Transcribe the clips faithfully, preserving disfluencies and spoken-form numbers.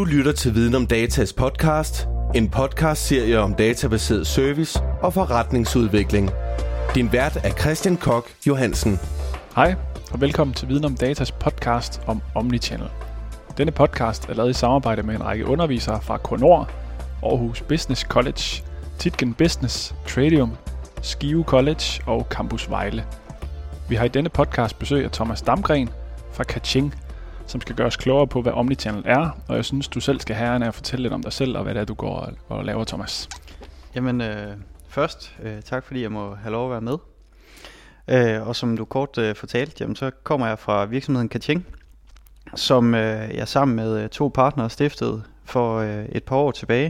Du lytter til Viden om Datas podcast, en podcastserie om databaseret service og forretningsudvikling. Din vært er Christian Kok Johansen. Hej og velkommen til Viden om Datas podcast om Omnichannel. Denne podcast er lavet i samarbejde med en række undervisere fra Cornor, Aarhus Business College, Tietgen Business, Tradium, Skive College og Campus Vejle. Vi har i denne podcast besøg af Thomas Damgren fra Kaching, som skal gøre os klogere på, hvad Omnichannel er, og jeg synes, du selv skal have æren af at fortælle lidt om dig selv, og hvad det er, du går og, og laver, Thomas. Jamen, øh, først øh, tak, fordi jeg må have lov at være med. Øh, og som du kort øh, fortalte, jamen, så kommer jeg fra virksomheden Kaching, som øh, jeg sammen med øh, to partnere stiftede for øh, et par år tilbage.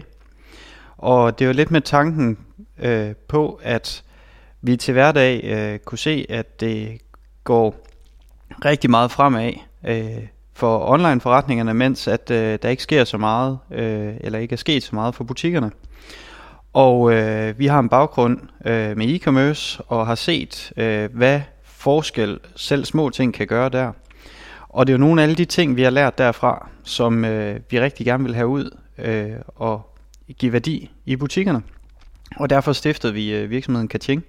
Og det var lidt med tanken øh, på, at vi til hverdag øh, kunne se, at det går rigtig meget fremad øh, for online forretningerne, mens at øh, der ikke sker så meget, øh, eller ikke er sket så meget for butikkerne. Og øh, vi har en baggrund øh, med e-commerce og har set, øh, hvad forskel selv små ting kan gøre der. Og det er jo nogle af alle de ting, vi har lært derfra, som øh, vi rigtig gerne vil have ud øh, og give værdi i butikkerne. Og derfor stiftede vi øh, virksomheden Kaching,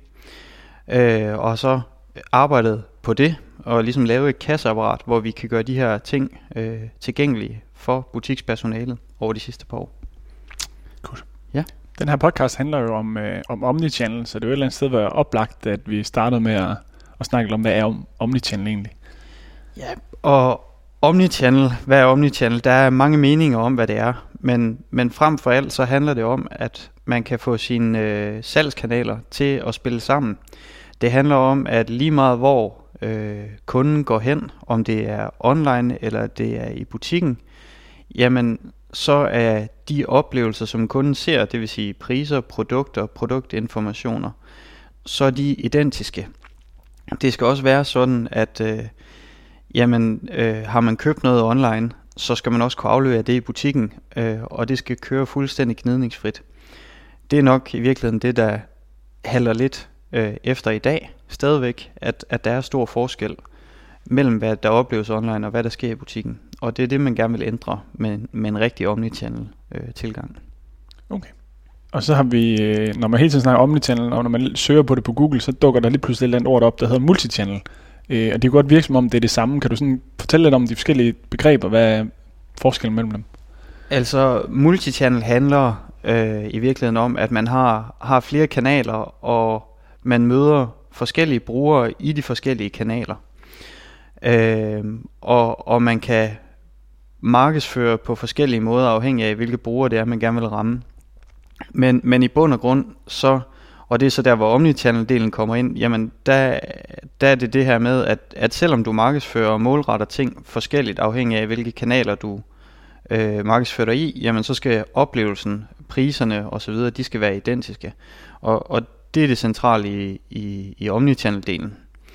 øh, og så arbejdet på det, og ligesom lave et kasseapparat, hvor vi kan gøre de her ting øh, tilgængelige for butikspersonalet over de sidste par år. Godt. Ja. Den her podcast handler jo om, øh, om Omnichannel, så det er jo et eller andet sted, hvor jeg oplagt, at vi startede med at, at snakke om, hvad er om Omnichannel egentlig? Ja, og Omnichannel, hvad er Omnichannel? Der er mange meninger om, hvad det er, men, men frem for alt så handler det om, at man kan få sine øh, salgskanaler til at spille sammen. Det handler om, at lige meget hvor øh, kunden går hen, om det er online eller det er i butikken, jamen så er de oplevelser, som kunden ser, det vil sige priser, produkter, produktinformationer, så er de identiske. Det skal også være sådan, at øh, jamen, øh, har man købt noget online, så skal man også kunne aflevere det i butikken, øh, og det skal køre fuldstændig gnidningsfrit. Det er nok i virkeligheden det, der halter lidt øh, efter i dag, stadigvæk, at, at der er stor forskel mellem, hvad der opleves online og hvad der sker i butikken. Og det er det, man gerne vil ændre med, med en rigtig omnichannel øh, tilgang. Okay. Og så har vi, øh, når man hele tiden snakker omnichannel, og når man søger på det på Google, så dukker der lige pludselig et eller andet ord op, der hedder multichannel. Øh, og det kan godt virke som om, det er det samme. Kan du sådan fortælle lidt om de forskellige begreber? Hvad er forskellen mellem dem? Altså, multichannel handler øh, i virkeligheden om, at man har, har flere kanaler, og man møder forskellige brugere i de forskellige kanaler. Øh, og, og man kan markedsføre på forskellige måder, afhængig af hvilke brugere det er, man gerne vil ramme. Men, men i bund og grund, så, og det er så der, hvor omnichannel-delen kommer ind, jamen der, der er det det her med, at, at selvom du markedsfører og målretter ting forskelligt, afhængig af hvilke kanaler du øh, markedsfører dig i, jamen så skal oplevelsen, priserne osv., de skal være identiske. Og, og det er det centrale i, i, i omnichannel-delen.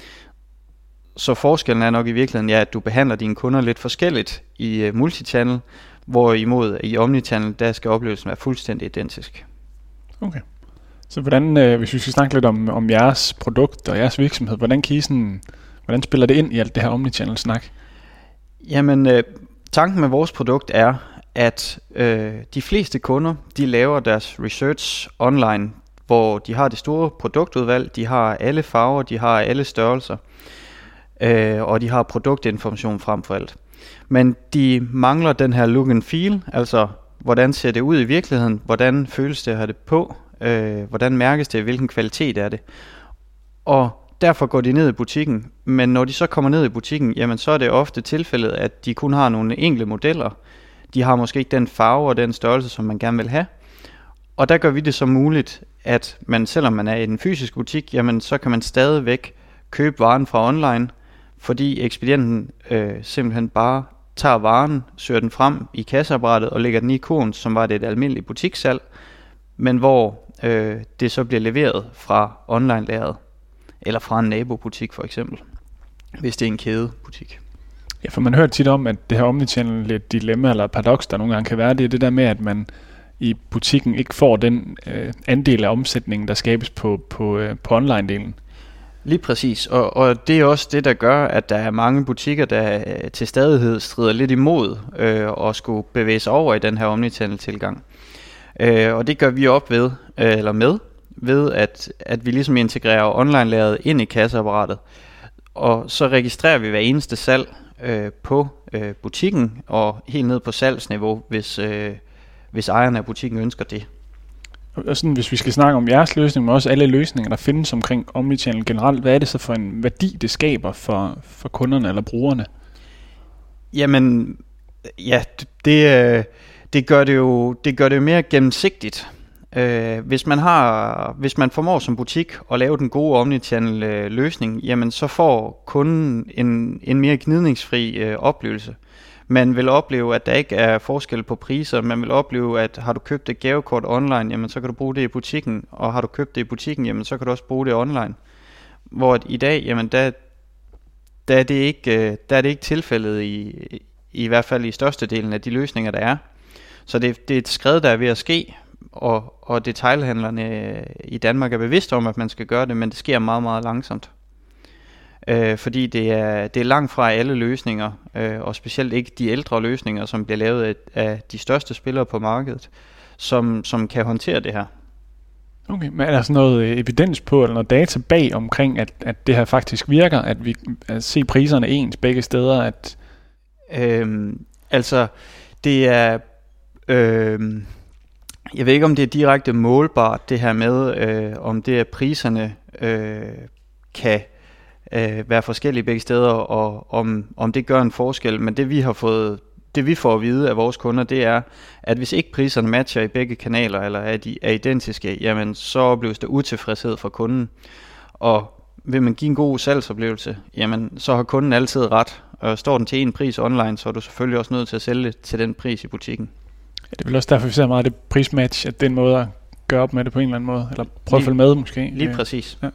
Så forskellen er nok i virkeligheden, ja, at du behandler dine kunder lidt forskelligt i uh, multichannel, hvorimod i omnichannel, der skal oplevelsen være fuldstændig identisk. Okay. Så hvordan, øh, hvis vi skal snakke lidt om, om jeres produkt og jeres virksomhed, hvordan, kan I sådan, hvordan spiller det ind i alt det her omnichannel-snak? Jamen, øh, tanken med vores produkt er, at øh, de fleste kunder, de laver deres research online, hvor de har det store produktudvalg, de har alle farver, de har alle størrelser, øh, og de har produktinformation frem for alt. Men de mangler den her look and feel, altså hvordan ser det ud i virkeligheden, hvordan føles det at have det på, øh, hvordan mærkes det, hvilken kvalitet er det. Og derfor går de ned i butikken, men når de så kommer ned i butikken, jamen så er det ofte tilfældet, at de kun har nogle enkelte modeller. De har måske ikke den farve og den størrelse, som man gerne vil have. Og der gør vi det så muligt, at man, selvom man er i den fysiske butik, jamen så kan man stadigvæk købe varen fra online, fordi ekspedienten øh, simpelthen bare tager varen, søger den frem i kasseapparatet og lægger den i kurven, som var det et almindeligt butikssalg, men hvor øh, det så bliver leveret fra online-lageret, eller fra en nabobutik for eksempel, hvis det er en kædebutik. Ja, for man hører tit om, at det her omnichannel et dilemma eller paradoks, der nogle gange kan være, det er det der med, at man i butikken ikke får den øh, andel af omsætningen, der skabes på, på, øh, på online-delen. Lige præcis, og, og det er også det, der gør, at der er mange butikker, der til stadighed strider lidt imod øh, og skulle bevæge sig over i den her omnichannel-tilgang. Øh, og det gør vi op ved, øh, eller med, ved at, at vi ligesom integrerer online-lageret ind i kasseapparatet, og så registrerer vi hver eneste salg øh, på øh, butikken og helt ned på salgsniveau, hvis, øh, hvis ejeren af butikken ønsker det. Og sådan, hvis vi skal snakke om jeres løsning, men også alle løsninger, der findes omkring omnichannel generelt, hvad er det så for en værdi, det skaber for, for kunderne eller brugerne? Jamen, ja, det, det, gør, det, jo, det gør det jo mere gennemsigtigt. Hvis man, har, hvis man formår som butik at lave den gode omnichannel løsning, jamen så får kunden en, en mere gnidningsfri oplevelse. Man vil opleve, at der ikke er forskel på priser. Man vil opleve, at har du købt et gavekort online, jamen så kan du bruge det i butikken. Og har du købt det i butikken, jamen så kan du også bruge det online. Hvor i dag, jamen der, der, er, det ikke, der er det ikke tilfældet i, i hvert fald i størstedelen af de løsninger, der er. Så det, det er et skred, der er ved at ske. Og, og detailhandlerne i Danmark er bevidste om, at man skal gøre det, men det sker meget, meget langsomt. Øh, fordi det er, det er langt fra alle løsninger, øh, og specielt ikke de ældre løsninger, som bliver lavet af, af de største spillere på markedet, som, som kan håndtere det her. Okay, men er der sådan noget evidens på, eller noget data bag omkring, at, at det her faktisk virker, at vi at se priserne ens begge steder? At øhm, altså, det er... Øhm, jeg ved ikke, om det er direkte målbart, det her med, øh, om det er priserne øh, kan... Øh, være forskellige begge steder, og om, om det gør en forskel. Men det vi har fået, det vi får at vide af vores kunder, det er, at hvis ikke priserne matcher i begge kanaler, eller er de er identiske, jamen så opleves der utilfredshed fra kunden. Og vil man give en god salgsoplevelse, jamen så har kunden altid ret. Og står den til en pris online, så er du selvfølgelig også nødt til at sælge det til den pris i butikken. Ja, det er vel også derfor, vi ser meget det prismatch, at det er en måde at gøre op med det på en eller anden måde, eller prøve at følge med måske. Lige præcis. Ja.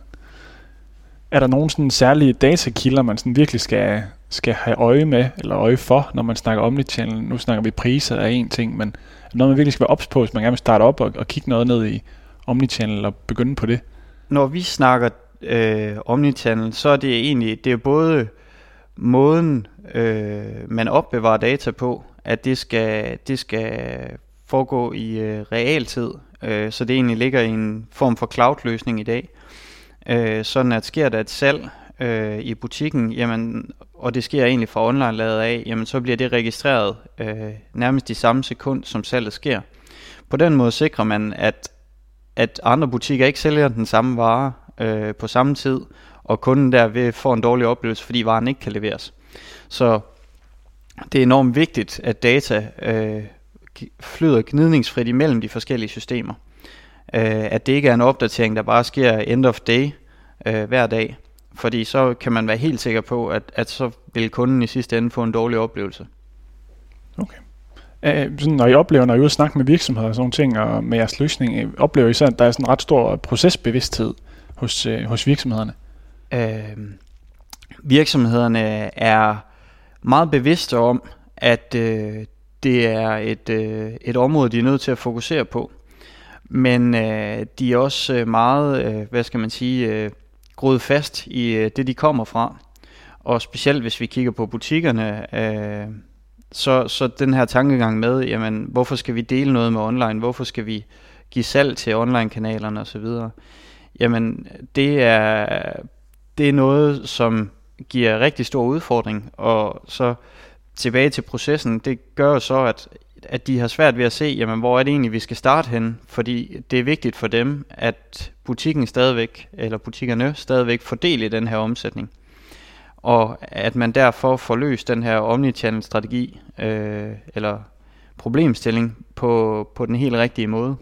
Er der nogle sådan særlige datakilder, man sådan virkelig skal, skal have øje med, eller øje for, når man snakker omnichannel? Nu snakker vi priser af en ting, men noget man virkelig skal være ops på, hvis man gerne vil starte op og, og kigge noget ned i omnichannel og begynde på det? Når vi snakker øh, omnichannel, så er det egentlig, det er både måden, øh, man opbevarer data på, at det skal, det skal foregå i øh, realtid, øh, så det egentlig ligger i en form for cloud-løsning i dag. Øh, sådan at sker der et salg øh, i butikken, jamen, og det sker egentlig fra online-laget af, jamen, så bliver det registreret øh, nærmest i samme sekund, som salget sker. På den måde sikrer man, at, at andre butikker ikke sælger den samme vare øh, på samme tid, og kunden derved får en dårlig oplevelse, fordi varen ikke kan leveres. Så det er enormt vigtigt, at data øh, flyder gnidningsfrit imellem de forskellige systemer. Uh, at det ikke er en opdatering, der bare sker end of day uh, hver dag. Fordi så kan man være helt sikker på, at, at så vil kunden i sidste ende få en dårlig oplevelse. Okay. Uh, sådan, når I oplever, når I er ude og snakke med virksomheder og sådan nogle ting, og med jeres løsning, oplever I så, at der er sådan en ret stor procesbevidsthed hos, uh, hos virksomhederne? Uh, virksomhederne er meget bevidste om, at uh, det er et, uh, et område, de er nødt til at fokusere på. Men øh, de er også øh, meget, øh, hvad skal man sige, øh, groet fast i øh, det, de kommer fra. Og specielt hvis vi kigger på butikkerne, øh, så, så den her tankegang med, jamen, hvorfor skal vi dele noget med online? Hvorfor skal vi give salg til online-kanalerne osv.? Jamen, det er, det er noget, som giver rigtig stor udfordring. Og så tilbage til processen, det gør så, at at de har svært ved at se, jamen, hvor er det egentlig, vi skal starte hen, fordi det er vigtigt for dem, at butikken stadigvæk, eller butikkerne stadigvæk får del i den her omsætning, og at man derfor får løst den her omnichannel-strategi, øh, eller problemstilling, på, på den helt rigtige måde.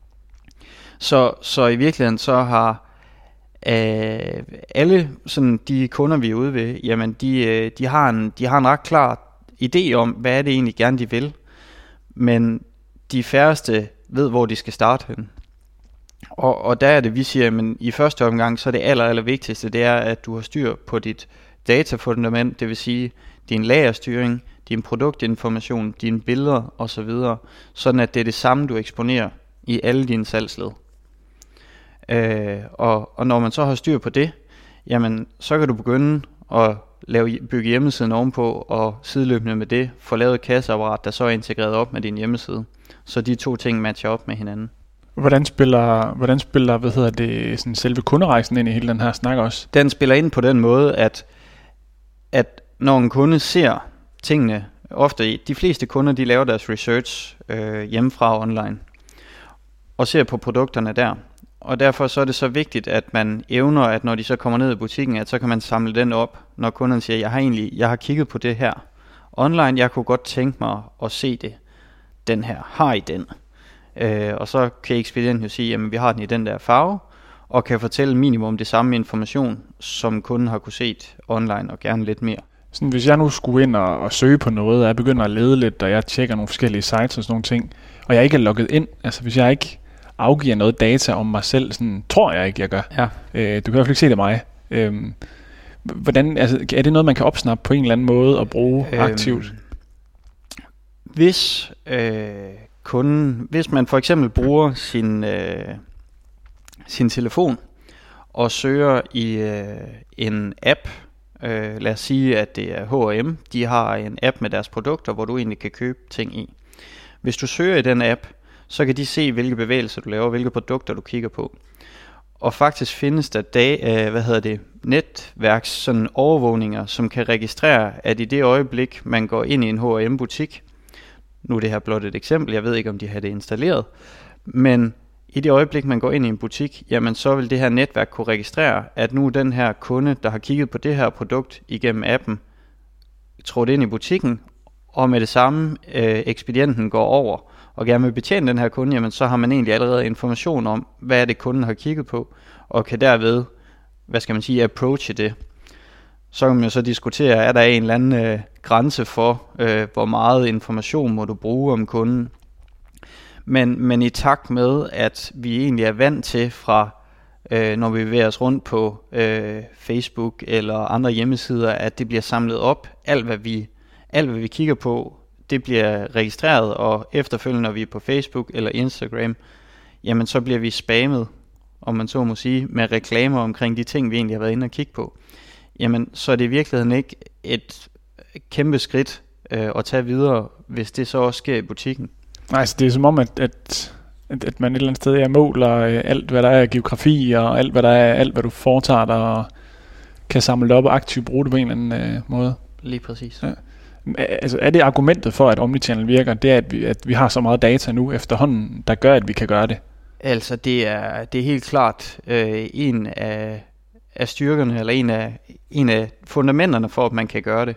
Så, så i virkeligheden, så har øh, alle sådan, de kunder, vi er ude ved, jamen, de, de, har en, de har en ret klar idé om, hvad er det egentlig gerne, de vil. Men de færreste ved, hvor de skal starte hen. Og, og der er det, vi siger, men i første omgang, så er det aller, aller vigtigste, det er, at du har styr på dit datafundament, det vil sige din lagerstyring, din produktinformation, dine billeder osv., sådan at det er det samme, du eksponerer i alle dine salgsled. Øh, og, og når man så har styr på det, jamen så kan du begynde at lave, bygge hjemmesiden ovenpå, og sideløbende med det få lavet et kasseapparat, der så er integreret op med din hjemmeside. Så de to ting matcher op med hinanden. Hvordan spiller, hvordan spiller hvad hedder det, sådan selve kunderejsen ind i hele den her snak også? Den spiller ind på den måde, at, at når en kunde ser tingene, ofte de fleste kunder, de laver deres research øh, hjemmefra online, og ser på produkterne der. Og derfor så er det så vigtigt, at man evner, at når de så kommer ned i butikken, at så kan man samle den op, når kunden siger, jeg har egentlig, jeg har kigget på det her online, jeg kunne godt tænke mig at se det, den her, har I den? Øh, og så kan ekspedienten jo sige, jamen vi har den i den der farve, og kan fortælle minimum det samme information, som kunden har kunne set online, og gerne lidt mere. Sådan, hvis jeg nu skulle ind og, og søge på noget, og jeg begynder at lede lidt, og jeg tjekker nogle forskellige sites og sådan nogle ting, og jeg ikke er logget ind, altså hvis jeg ikke afgiver noget data om mig selv, sådan tror jeg ikke, jeg gør. Ja. Øh, du kan i hvert fald ikke se det af mig. Øh, hvordan, altså, er det noget, man kan opsnappe på en eller anden måde og bruge øhm, aktivt? Hvis øh, kunden, hvis man for eksempel bruger sin, øh, sin telefon og søger i øh, en app, øh, lad os sige, at det er H og M, de har en app med deres produkter, hvor du egentlig kan købe ting i. Hvis du søger i den app, så kan de se, hvilke bevægelser du laver, hvilke produkter du kigger på. Og faktisk findes der dag, øh, hvad hedder det, netværks sådan overvågninger, som kan registrere, at i det øjeblik, man går ind i en H og M-butik, nu er det her blot et eksempel, jeg ved ikke, om de har det installeret, men i det øjeblik, man går ind i en butik, jamen så vil det her netværk kunne registrere, at nu den her kunde, der har kigget på det her produkt igennem appen, trådt ind i butikken, og med det samme øh, ekspedienten går over og gerne vil betjene den her kunde, jamen så har man egentlig allerede information om, hvad er det kunden har kigget på, og kan derved, hvad skal man sige, approache det. Så kan man jo så diskutere, er der en eller anden øh, grænse for, øh, hvor meget information må du bruge om kunden. Men, men i takt med, at vi egentlig er vant til fra, øh, når vi bevæger os rundt på øh, Facebook eller andre hjemmesider, at det bliver samlet op, alt hvad vi, alt hvad vi kigger på, det bliver registreret, og efterfølgende, når vi er på Facebook eller Instagram, jamen så bliver vi spammet, om man så må sige, med reklamer omkring de ting, vi egentlig har været inde og kigge på. Jamen, så er det i virkeligheden ikke et kæmpe skridt øh, at tage videre, hvis det så også sker i butikken. Nej, så det er som om, at, at, at, at man et eller andet sted er måler øh, alt, hvad der er geografi, og alt, hvad der er, alt, hvad du foretager dig, og kan samle det op og aktivt bruge det på en eller anden øh, måde. Lige præcis. Ja. Altså, er det argumentet for, at Omnichannel virker, det er, at vi, at vi har så meget data nu efterhånden, der gør, at vi kan gøre det? Altså, det er, det er helt klart øh, en af, af styrkerne, eller en af, en af fundamenterne for, at man kan gøre det.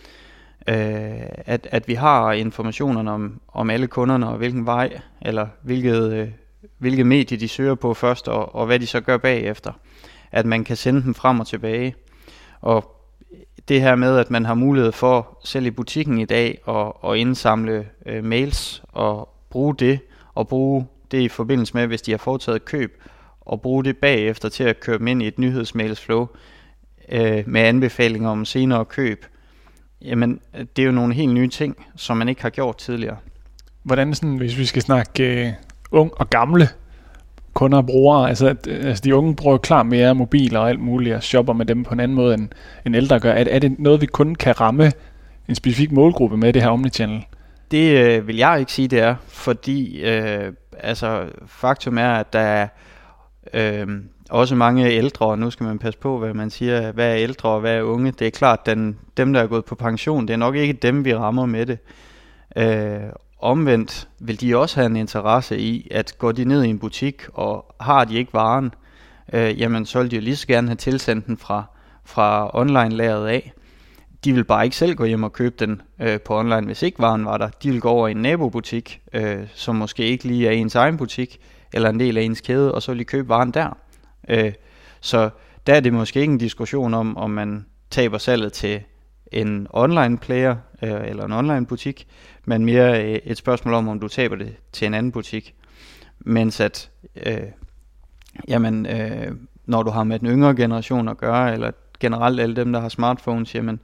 Øh, at, at vi har informationerne om, om alle kunderne, og hvilken vej, eller hvilket, øh, hvilket medie de søger på først, og, og hvad de så gør bagefter. At man kan sende dem frem og tilbage. Og det her med, at man har mulighed for, selv i butikken i dag, at, at indsamle øh, mails, og bruge det, og bruge det i forbindelse med, hvis de har foretaget køb, og bruge det bagefter til at køre dem ind i et nyhedsmailsflow øh, med anbefalinger om senere køb. Jamen, det er jo nogle helt nye ting, som man ikke har gjort tidligere. Hvordan sådan, hvis vi skal snakke øh, ung og gamle kunder og brugere, altså, at, altså de unge bruger klart mere mobiler og alt muligt, og shopper med dem på en anden måde, end, end ældre gør. Er, er det noget, vi kun kan ramme en specifik målgruppe med det her Omnichannel? Det øh, vil jeg ikke sige, det er, fordi øh, altså, faktum er, at der er øh, også mange ældre, og nu skal man passe på, hvad man siger, hvad er ældre og hvad er unge. Det er klart, den, dem der er gået på pension, det er nok ikke dem, vi rammer med det. Øh, omvendt vil de også have en interesse i, at går de ned i en butik, og har de ikke varen, øh, jamen så vil de jo lige så gerne have tilsendt den fra, fra online-lageret af. De vil bare ikke selv gå hjem og købe den øh, på online, hvis ikke varen var der. De vil gå over i en nabobutik, øh, som måske ikke lige er ens egen butik, eller en del af ens kæde, og så vil de købe varen der. Øh, så der er det måske ikke en diskussion om, om man taber salget til en online player, øh, eller en online butik, men mere øh, et spørgsmål om, om du taber det til en anden butik. Mens at, øh, jamen, øh, når du har med den yngre generation at gøre, eller generelt alle dem, der har smartphones, jamen,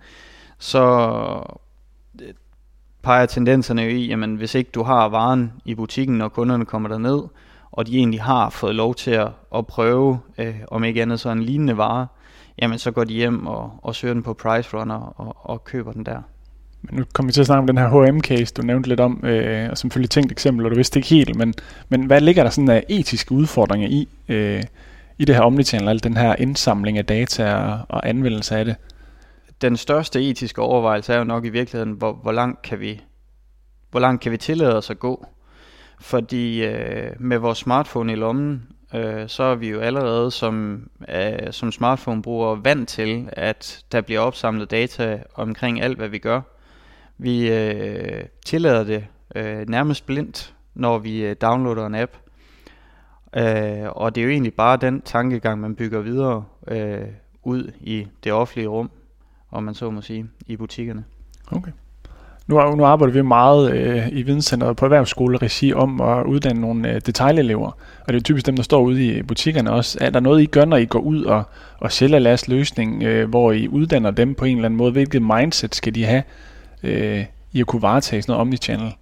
så peger tendenserne jo i, jamen hvis ikke du har varen i butikken, når kunderne kommer derned, og de egentlig har fået lov til at, at prøve, øh, om ikke andet så en lignende vare, jamen så går de hjem og, og søger den på PriceRunner og, og køber den der. Men nu kommer vi til at snakke om den her H M case, du nævnte lidt om, øh, og som selvfølgelig tænkt eksempel, og du vidste ikke helt, men, men hvad ligger der sådan af etiske udfordringer i, øh, i det her omnichannel, al den her indsamling af data og, og anvendelse af det? Den største etiske overvejelse er jo nok i virkeligheden, hvor, hvor langt kan vi, hvor langt kan vi tillade os at gå? Fordi øh, med vores smartphone i lommen, øh, så er vi jo allerede som, øh, som smartphone-brugere vant til, at der bliver opsamlet data omkring alt, hvad vi gør. Vi øh, tillader det øh, nærmest blindt, når vi øh, downloader en app. Øh, og det er jo egentlig bare den tankegang, man bygger videre øh, ud i det offentlige rum, om man så må sige, i butikkerne. Okay. Nu, nu arbejder vi meget øh, i videnscenteret på erhvervsskoleregi om at uddanne nogle øh, detailelever, og det er typisk dem, der står ude i butikkerne også. Er der noget, I gør, når I går ud og, og sælger jeres løsning, øh, hvor I uddanner dem på en eller anden måde? Hvilket mindset skal de have øh, i at kunne varetage sådan noget omnichannel?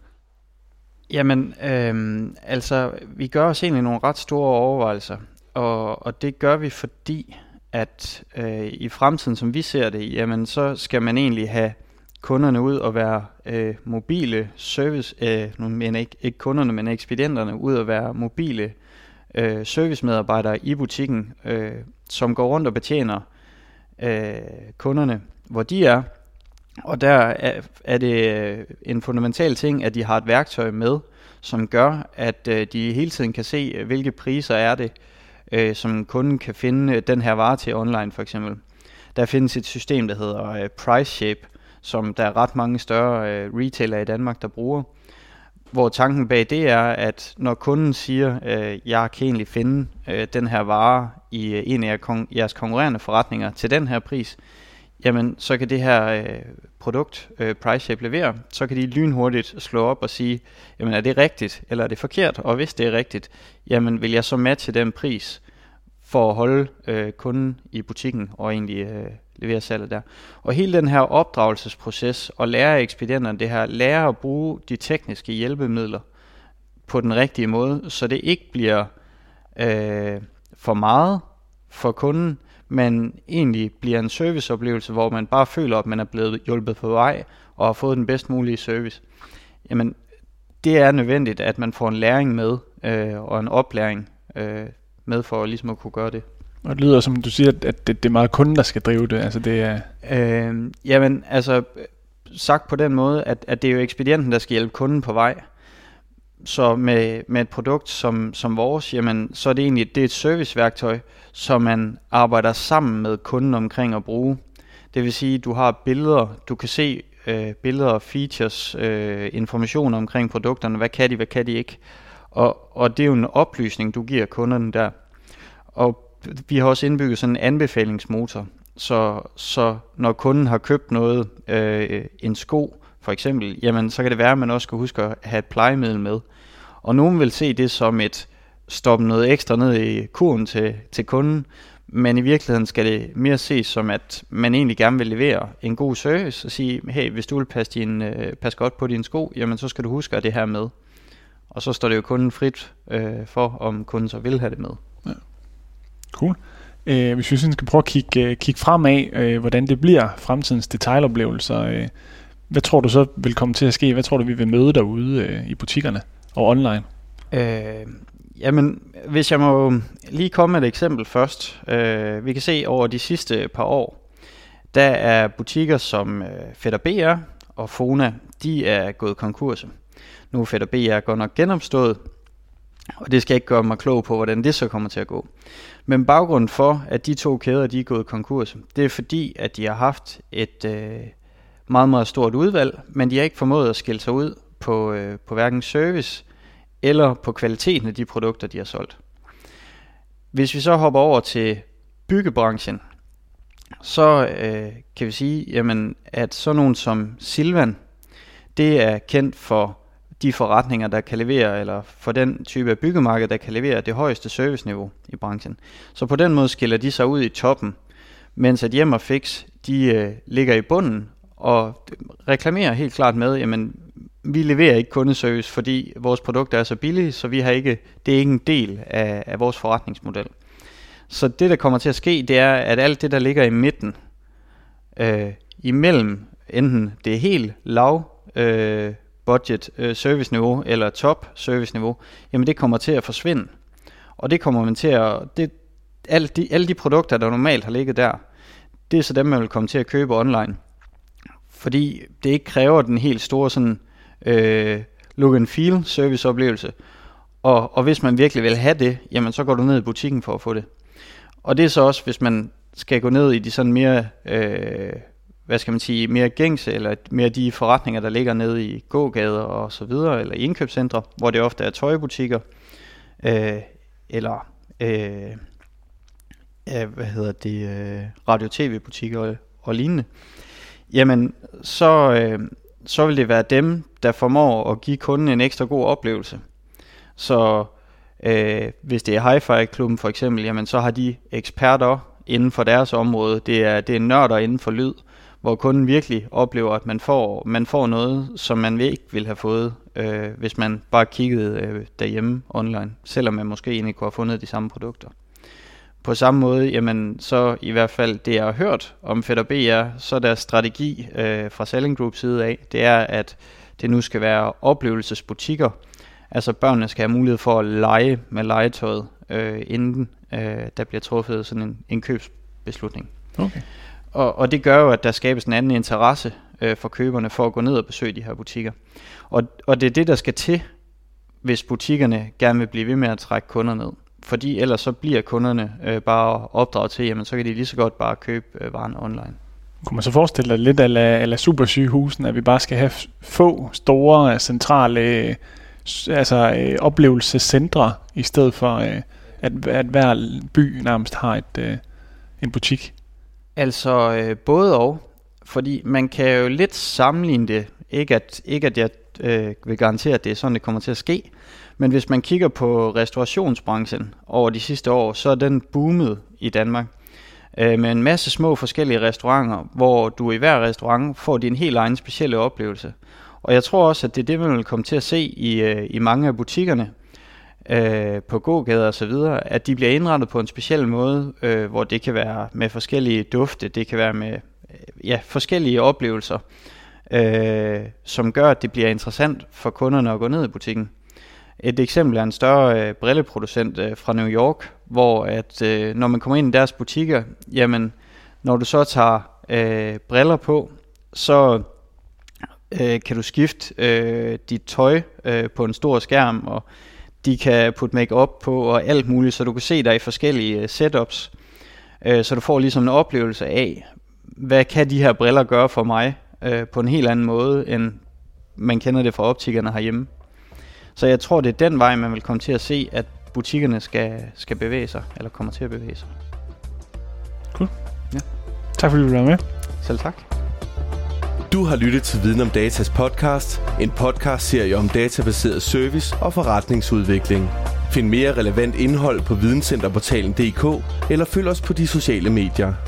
Jamen, øh, altså, vi gør os egentlig nogle ret store overvejelser, og, og det gør vi, fordi at øh, i fremtiden, som vi ser det, jamen, så skal man egentlig have kunderne ud og være øh, mobile service, øh, nu mener ikke, ikke kunderne, men ekspedienterne ud og være mobile øh, servicemedarbejdere i butikken, øh, som går rundt og betjener øh, kunderne, hvor de er. Og der er, er det en fundamental ting, at de har et værktøj med, som gør, at øh, de hele tiden kan se, hvilke priser er det, øh, som kunden kan finde den her vare til online for eksempel. Der findes et system, der hedder øh, PriceShape, som der er ret mange større øh, retailer i Danmark, der bruger. Hvor tanken bag det er, at når kunden siger, øh, jeg kan egentlig finde øh, den her vare i øh, en af kon- jeres konkurrerende forretninger til den her pris, jamen så kan det her øh, produkt, øh, PriceShape leverer, så kan de lynhurtigt slå op og sige, jamen er det rigtigt, eller er det forkert? Og hvis det er rigtigt, jamen vil jeg så matche den pris for at holde øh, kunden i butikken og egentlig øh, levere salget der. Og hele den her opdragelsesproces og lære ekspedienterne det her, lære at bruge de tekniske hjælpemidler på den rigtige måde, så det ikke bliver øh, for meget for kunden, men egentlig bliver en serviceoplevelse, hvor man bare føler, at man er blevet hjulpet på vej og har fået den bedst mulige service. Jamen, det er nødvendigt, at man får en læring med øh, og en oplæring øh, med for ligesom at kunne gøre det. Og det lyder som du siger, at det, det er meget kunden, der skal drive det. Altså det er... Øh, jamen, altså sagt på den måde, at, at det er jo ekspedienten, der skal hjælpe kunden på vej. Så med, med et produkt som, som vores, jamen, så er det egentlig det er et serviceværktøj, som man arbejder sammen med kunden omkring at bruge. Det vil sige, at du har billeder, du kan se øh, billeder, features, øh, informationer omkring produkterne. Hvad kan de, hvad kan de ikke? Og, og det er jo en oplysning, du giver kunderne der. Og vi har også indbygget sådan en anbefalingsmotor, så, så når kunden har købt noget, øh, en sko for eksempel, jamen så kan det være, at man også skal huske at have et plejemiddel med. Og nogen vil se det som et stoppe noget ekstra ned i kurven til, til kunden, men i virkeligheden skal det mere ses som, at man egentlig gerne vil levere en god service og sige, hey, hvis du vil passe, din, øh, passe godt på dine sko, jamen så skal du huske at det her med. Og så står det jo kunden frit øh, for, om kunden så vil have det med. Ja. Cool. Øh, hvis vi sådan skal prøve at kigge, kigge fremad, øh, hvordan det bliver fremtidens detailoplevelser, øh, hvad tror du så vil komme til at ske? Hvad tror du, vi vil møde derude øh, i butikkerne og online? Øh, jamen, hvis jeg må lige komme med et eksempel først. Øh, vi kan se over de sidste par år, der er butikker som øh, Fætter B R og Fona, de er gået konkurs. Nu er Fætter B R godt nok genopstået, og det skal ikke gøre mig klog på, hvordan det så kommer til at gå. Men baggrunden for, at de to kæder de er gået konkurs, det er fordi, at de har haft et øh, meget, meget stort udvalg, men de har ikke formået at skille sig ud på, øh, på hverken service eller på kvaliteten af de produkter, de har solgt. Hvis vi så hopper over til byggebranchen, så øh, kan vi sige, jamen, at sådan nogen som Silvan, det er kendt for de forretninger, der kan levere, eller for den type af byggemarked, der kan levere det højeste serviceniveau i branchen. Så på den måde skiller de sig ud i toppen, mens at Hjem og Fix, de øh, ligger i bunden og reklamerer helt klart med, jamen vi leverer ikke kundeservice, fordi vores produkter er så billige, så vi har ikke, det er ikke en del af, af vores forretningsmodel. Så det, der kommer til at ske, det er, at alt det, der ligger i midten, øh, imellem enten det er helt lav øh, budget øh, serviceniveau eller top serviceniveau, jamen det kommer til at forsvinde. Og det kommer man til at... Det, alle, de, alle de produkter, der normalt har ligget der, det er så dem, man vil komme til at købe online. Fordi det ikke kræver den helt store sådan, øh, look and feel serviceoplevelse. Og, og hvis man virkelig vil have det, jamen så går du ned i butikken for at få det. Og det er så også, hvis man skal gå ned i de sådan mere, øh, hvad skal man sige, mere gængse, eller mere de forretninger, der ligger nede i gågader og så videre, eller i indkøbscentre, hvor det ofte er tøjbutikker, øh, eller øh, ja, hvad hedder det, øh, radio-tv-butikker og, og lignende. Jamen, så, øh, så vil det være dem, der formår at give kunden en ekstra god oplevelse. Så øh, hvis det er Hi-Fi-klubben for eksempel, jamen så har de eksperter inden for deres område. Det er, det er nørder inden for lyd, hvor kunden virkelig oplever, at man får, man får noget, som man ikke ville have fået, øh, hvis man bare kiggede øh, derhjemme online, selvom man måske egentlig kunne have fundet de samme produkter. På samme måde, jamen så i hvert fald det jeg har hørt om Fætter B R, så deres strategi øh, fra Selling Group side af, det er at det nu skal være oplevelsesbutikker. Altså børnene skal have mulighed for at lege med legetøjet, øh, inden øh, der bliver truffet sådan en indkøbsbeslutning. Okay. Og, og det gør jo, at der skabes en anden interesse øh, for køberne for at gå ned og besøge de her butikker. Og, og det er det, der skal til, hvis butikkerne gerne vil blive ved med at trække kunder ned. Fordi ellers så bliver kunderne øh, bare opdraget til, jamen så kan de lige så godt bare købe øh, varen online. Kunne man så forestille dig lidt af, af supersygehusen, at vi bare skal have få store, centrale altså, øh, oplevelsescentre, i stedet for øh, at, at hver by nærmest har et, øh, en butik? Altså øh, både og, fordi man kan jo lidt sammenligne det, ikke at, ikke at jeg øh, vil garantere, at det er sådan, det kommer til at ske, men hvis man kigger på restaurationsbranchen over de sidste år, så er den boomet i Danmark øh, med en masse små forskellige restauranter, hvor du i hver restaurant får din helt egen specielle oplevelse. Og jeg tror også, at det er det, man vil komme til at se i, øh, i mange af butikkerne øh, på gågader og så videre, at de bliver indrettet på en speciel måde, øh, hvor det kan være med forskellige dufte, det kan være med øh, ja, forskellige oplevelser, øh, som gør, at det bliver interessant for kunderne at gå ned i butikken. Et eksempel er en større øh, brilleproducent øh, fra New York, hvor at øh, når man kommer ind i deres butikker, jamen når du så tager øh, briller på, så øh, kan du skifte øh, dit tøj øh, på en stor skærm, og de kan putte make-up på og alt muligt, så du kan se dig i forskellige øh, setups, øh, så du får ligesom en oplevelse af, hvad kan de her briller gøre for mig øh, på en helt anden måde, end man kender det fra optikkerne herhjemme. Så jeg tror, det er den vej, man vil komme til at se, at butikkerne skal, skal bevæge sig, eller kommer til at bevæge sig. Cool. Ja. Tak fordi du var med. Selv tak. Du har lyttet til Viden om Datas podcast, en podcast-serie om databaseret service og forretningsudvikling. Find mere relevant indhold på videncenterportalen punktum d k eller følg os på de sociale medier.